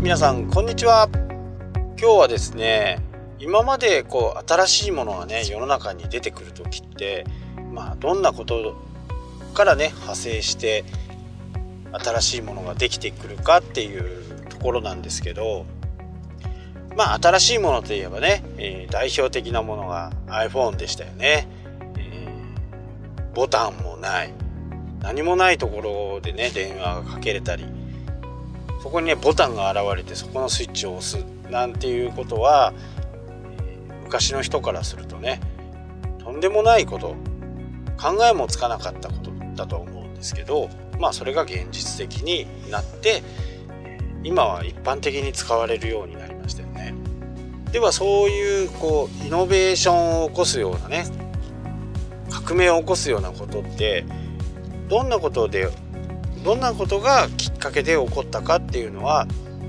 皆さんこんにちは。今日はですね、今まで新しいものがね世の中に出てくるときって、どんなことからね派生して新しいものができてくるかっていうところなんですけど、新しいものといえばね、代表的なものが iPhone でしたよね。ボタンもない、何もないところでね電話がかけれたり、そこにねボタンが現れてそこのスイッチを押すなんていうことは、昔の人からするとねとんでもないこと、考えもつかなかったことだと思うんですけど、それが現実的になって今は一般的に使われるようになりましたよね。ではそういうイノベーションを起こすようなね、革命を起こすようなことってどんなことがきっかけで起こったかっていうのは、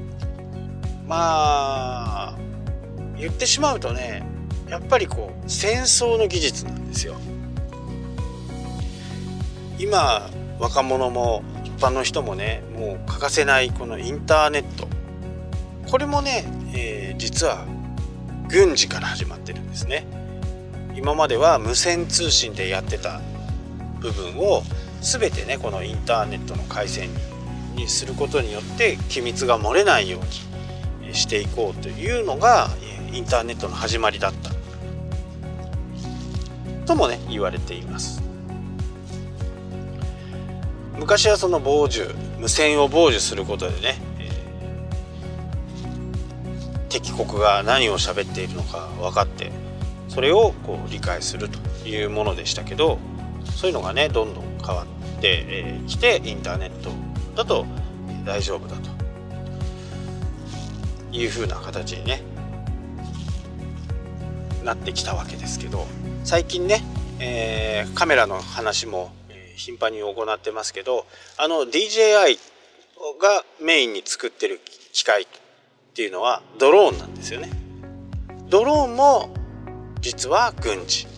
言ってしまうとね、やっぱり戦争の技術なんですよ。今若者も一般の人もねもう欠かせないこのインターネット、これもね、実は軍事から始まってるんですね。今までは無線通信でやってた部分を全てねこのインターネットの回線にすることによって機密が漏れないようにしていこうというのがインターネットの始まりだったともね言われています。昔はその無線を傍受することでね、敵国が何を喋っているのか分かってそれを理解するというものでしたけど、そういうのがねどんどん変わってきて、インターネットだと大丈夫だというふうな形にねなってきたわけですけど、最近ね、カメラの話も頻繁に行ってますけど、DJI がメインに作ってる機械っていうのはドローンなんですよね。ドローンも実は軍事、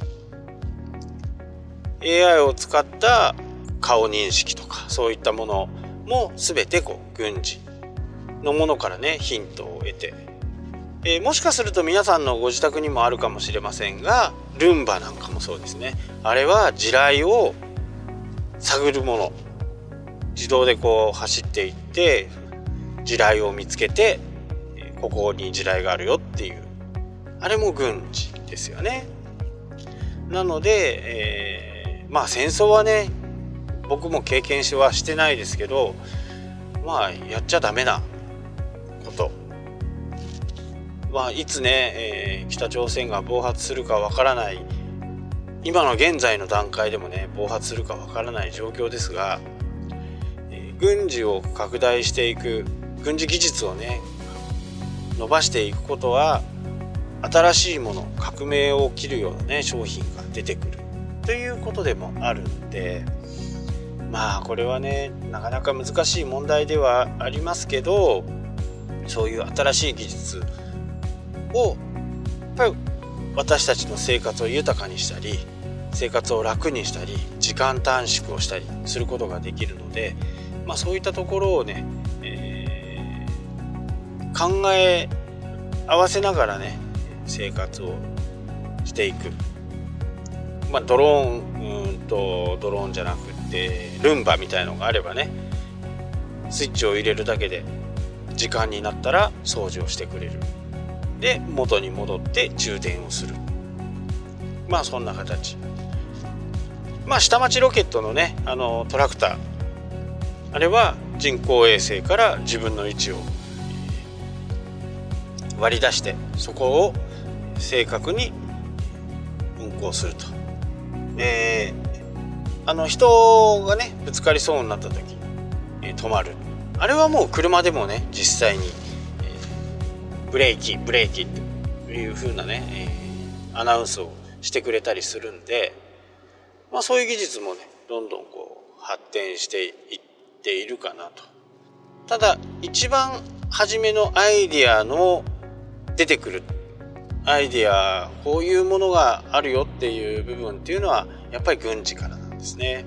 AI を使った顔認識とかそういったものも全て軍事のものからねヒントを得て、もしかすると皆さんのご自宅にもあるかもしれませんが、ルンバなんかもそうですね。あれは地雷を探るもの、自動で走っていって地雷を見つけて、ここに地雷があるよっていう、あれも軍事ですよね。なので、戦争はね僕も経験はしてないですけど、やっちゃダメなこと、いつね、北朝鮮が暴発するかわからない、今の現在の段階でもね暴発するかわからない状況ですが、軍事を拡大していく、軍事技術をね伸ばしていくことは新しいもの、革命を起きるようなね商品が出てくるということでもあるんで、これはねなかなか難しい問題ではありますけど、そういう新しい技術をやっぱり私たちの生活を豊かにしたり、生活を楽にしたり、時間短縮をしたりすることができるので、そういったところをね、考え合わせながらね生活をしていく。ドローンじゃなくてルンバみたいのがあればね、スイッチを入れるだけで時間になったら掃除をしてくれる。で元に戻って充電をする。そんな形。下町ロケットのねトラクター、あれは人工衛星から自分の位置を割り出してそこを正確に運行すると。人がねぶつかりそうになった時に止まる。あれはもう車でもね実際にブレーキという風なねアナウンスをしてくれたりするんで、そういう技術もねどんどん発展していっているかなと。ただ一番初めのアイディアの出てくるアイディア、こういうものがあるよっていう部分っていうのはやっぱり軍事からなんですね。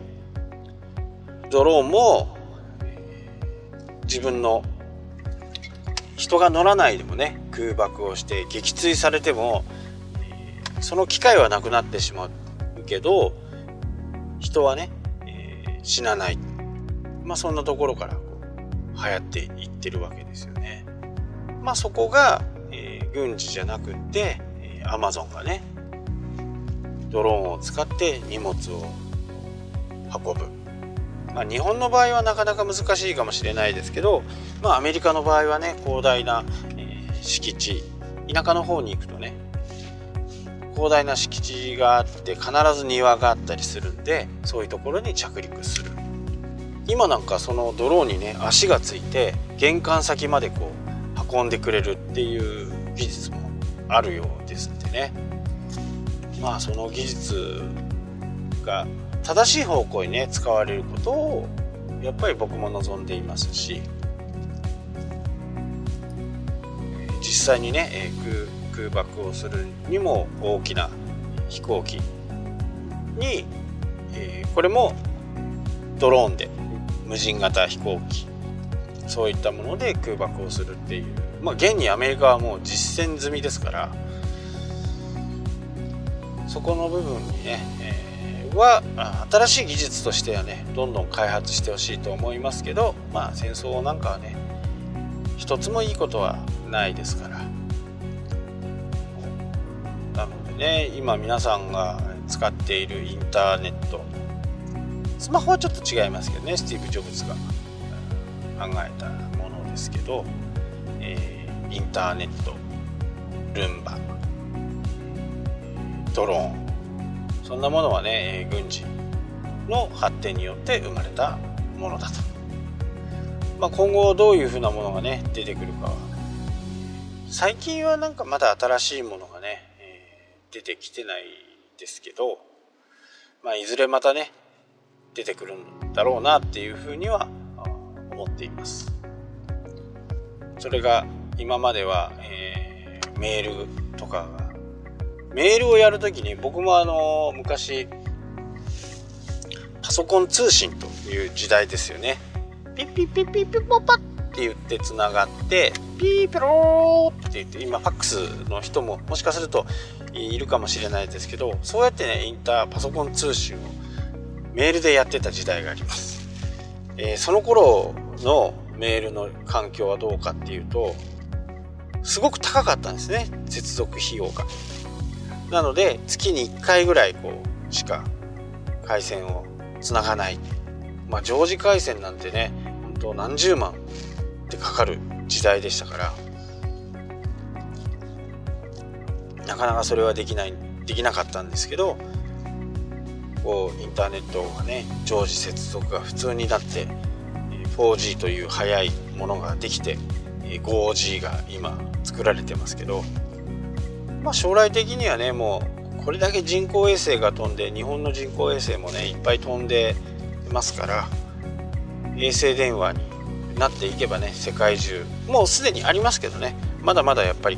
ドローンも自分の人が乗らないでもね空爆をして撃墜されても、その機会はなくなってしまうけど人はね、死なない、そんなところから流行っていってるわけですよね。そこが、軍事じゃなくってアマゾンがねドローンを使って荷物を運ぶ。日本の場合はなかなか難しいかもしれないですけど、アメリカの場合はね広大な、敷地、田舎の方に行くとね広大な敷地があって必ず庭があったりするんで、そういうところに着陸する。今なんかそのドローンにね足がついて玄関先まで運んでくれるっていう技術もあるようですんでね、その技術が正しい方向にね使われることをやっぱり僕も望んでいますし、実際にね空爆をするにも大きな飛行機に、これもドローンで無人型飛行機、そういったもので空爆をするっていう、現にアメリカはもう実践済みですから、そこの部分にね、は新しい技術としてはねどんどん開発してほしいと思いますけど、戦争なんかはね一つもいいことはないですから。なのでね、今皆さんが使っているインターネット、スマホはちょっと違いますけどね、スティーブ・ジョブズが考えたものですけど、インターネット、ルンバ、ドローン、そんなものはね軍事の発展によって生まれたものだと。今後どういうふうなものがね出てくるかは、最近はなんかまだ新しいものがね、出てきてないですけど、いずれまたね出てくるんだろうなっていうふうには思っています。それが今までは、メールとかが、メールをやるときに僕も昔パソコン通信という時代ですよね。ピッピッピッピッピッポッパって言ってつながってピーピローって言って、今ファックスの人ももしかするといるかもしれないですけど、そうやってねパソコン通信をメールでやってた時代があります。その頃のメールの環境はどうかっていうと、すごく高かったんですね、接続費用が。なので月に1回ぐらいしか回線をつながない、常時回線なんてね本当何十万ってかかる時代でしたから、なかなかそれはできなかったんですけど、インターネットがね常時接続が普通になって 4G という速いものができて 5G が今作られてますけど、将来的にはねもうこれだけ人工衛星が飛んで、日本の人工衛星もねいっぱい飛んでますから、衛星電話になっていけばね世界中もうすでにありますけどね、まだまだやっぱり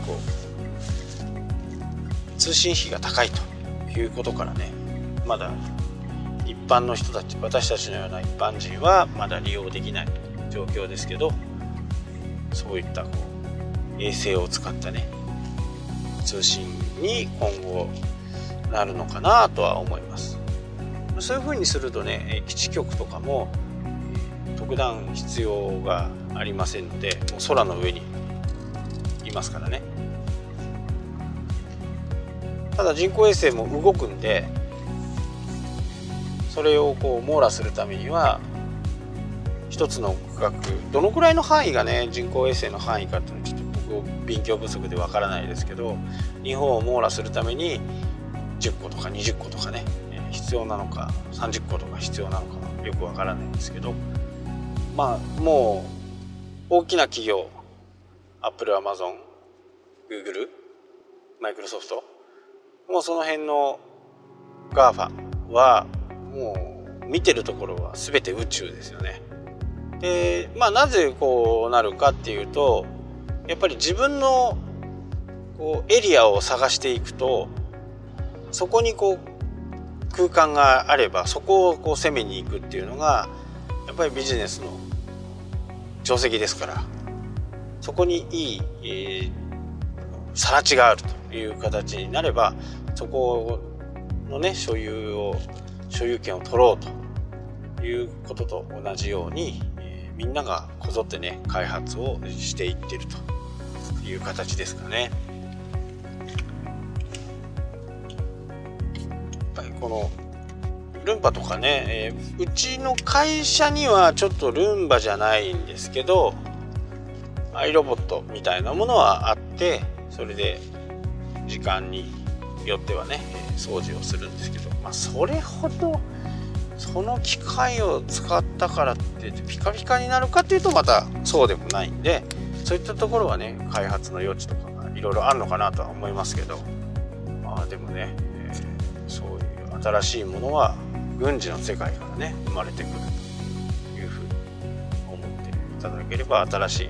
通信費が高いということからね、まだ一般の人たち、私たちのような一般人はまだ利用できない状況ですけど、そういった衛星を使ったね通信に今後なるのかなとは思います。そういう風にするとね基地局とかも特段必要がありませんので、もう空の上にいますからね。ただ人工衛星も動くんで、それを網羅するためには一つの区画、どのくらいの範囲がね人工衛星の範囲かっていうのはちょっと僕勉強不足でわからないですけど、日本を網羅するために10個とか20個とかね必要なのか、30個とか必要なのかよくわからないんですけど、もう大きな企業、アップル、アマゾン、グーグル、マイクロソフト、もうその辺の GAFA はもう見てるところは全て宇宙ですよね。で、なぜこうなるかっていうと、やっぱり自分のエリアを探していくと、そこに空間があればそこを攻めに行くっていうのがやっぱりビジネスの定石ですから、 そこにいい、更地があるという形になれば、そこのね所有権を取ろうということと同じように、みんながこぞってね開発をしていっているという形ですかね。やっぱりこのルンバとかね、うちの会社にはちょっとルンバじゃないんですけど、アイロボットみたいなものはあって、それで時間によってはね掃除をするんですけど、それほどその機械を使ったからってピカピカになるかっていうとまたそうでもないんで、そういったところはね開発の余地とかがいろいろあるのかなとは思いますけど、でもね、そういう新しいものは軍事の世界からね生まれてくるというふうに思っていただければ、新しい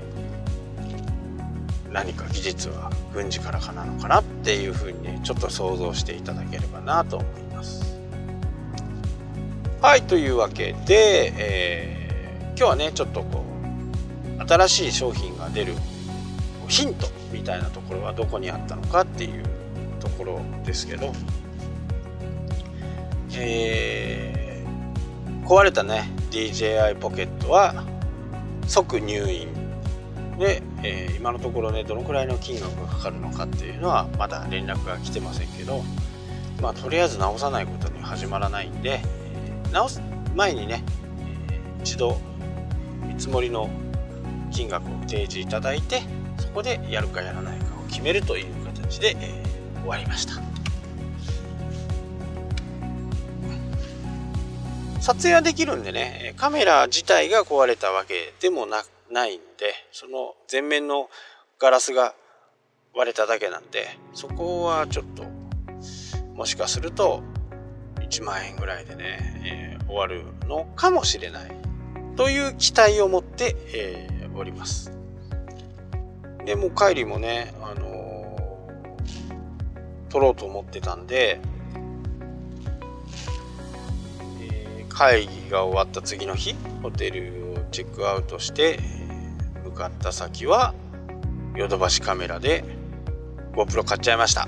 何か技術は軍事からかなのかなっていうふうにねちょっと想像していただければなと思います。はい、というわけで、今日はねちょっと新しい商品が出るヒントみたいなところはどこにあったのかっていうところですけど、壊れたね DJI ポケットは即入院で、今のところねどのくらいの金額がかかるのかっていうのはまだ連絡が来てませんけど、とりあえず直さないことに始まらないんで、直す前にね、一度見積もりの金額を提示いただいて、そこでやるかやらないかを決めるという形で、終わりました。撮影はできるんでね、カメラ自体が壊れたわけでもないんで、その前面のガラスが割れただけなんで、そこはちょっともしかすると1万円ぐらいでね、終わるのかもしれないという期待を持って、おります。でも帰りもね、撮ろうと思ってたんで、会議が終わった次の日ホテルをチェックアウトして向かった先はヨドバシカメラで GoPro 買っちゃいました。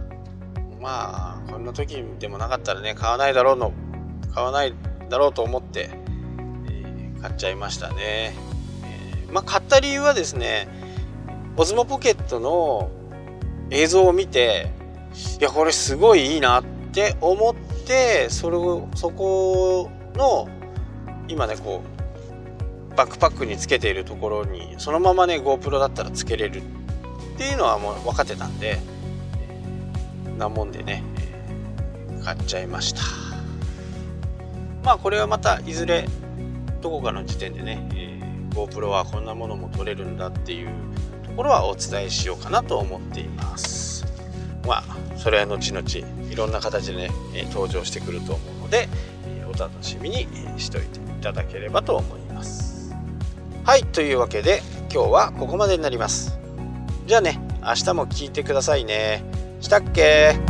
こんな時でもなかったらね買わないだろうと思って、買っちゃいましたね。買った理由はですね、オズモポケットの映像を見て、いやこれすごいいいなって思って、そこの今ねバックパックにつけているところにそのままね GoPro だったらつけれるっていうのはもう分かってたんで、なもんでね買っちゃいました。これはまたいずれどこかの時点でね、GoPro はこんなものも撮れるんだっていうところはお伝えしようかなと思っています。それは後々いろんな形でね登場してくると思うので、お楽しみにしておいていただければと思います。はい、というわけで今日はここまでになります。じゃあね、明日も聞いてくださいね。したっけ？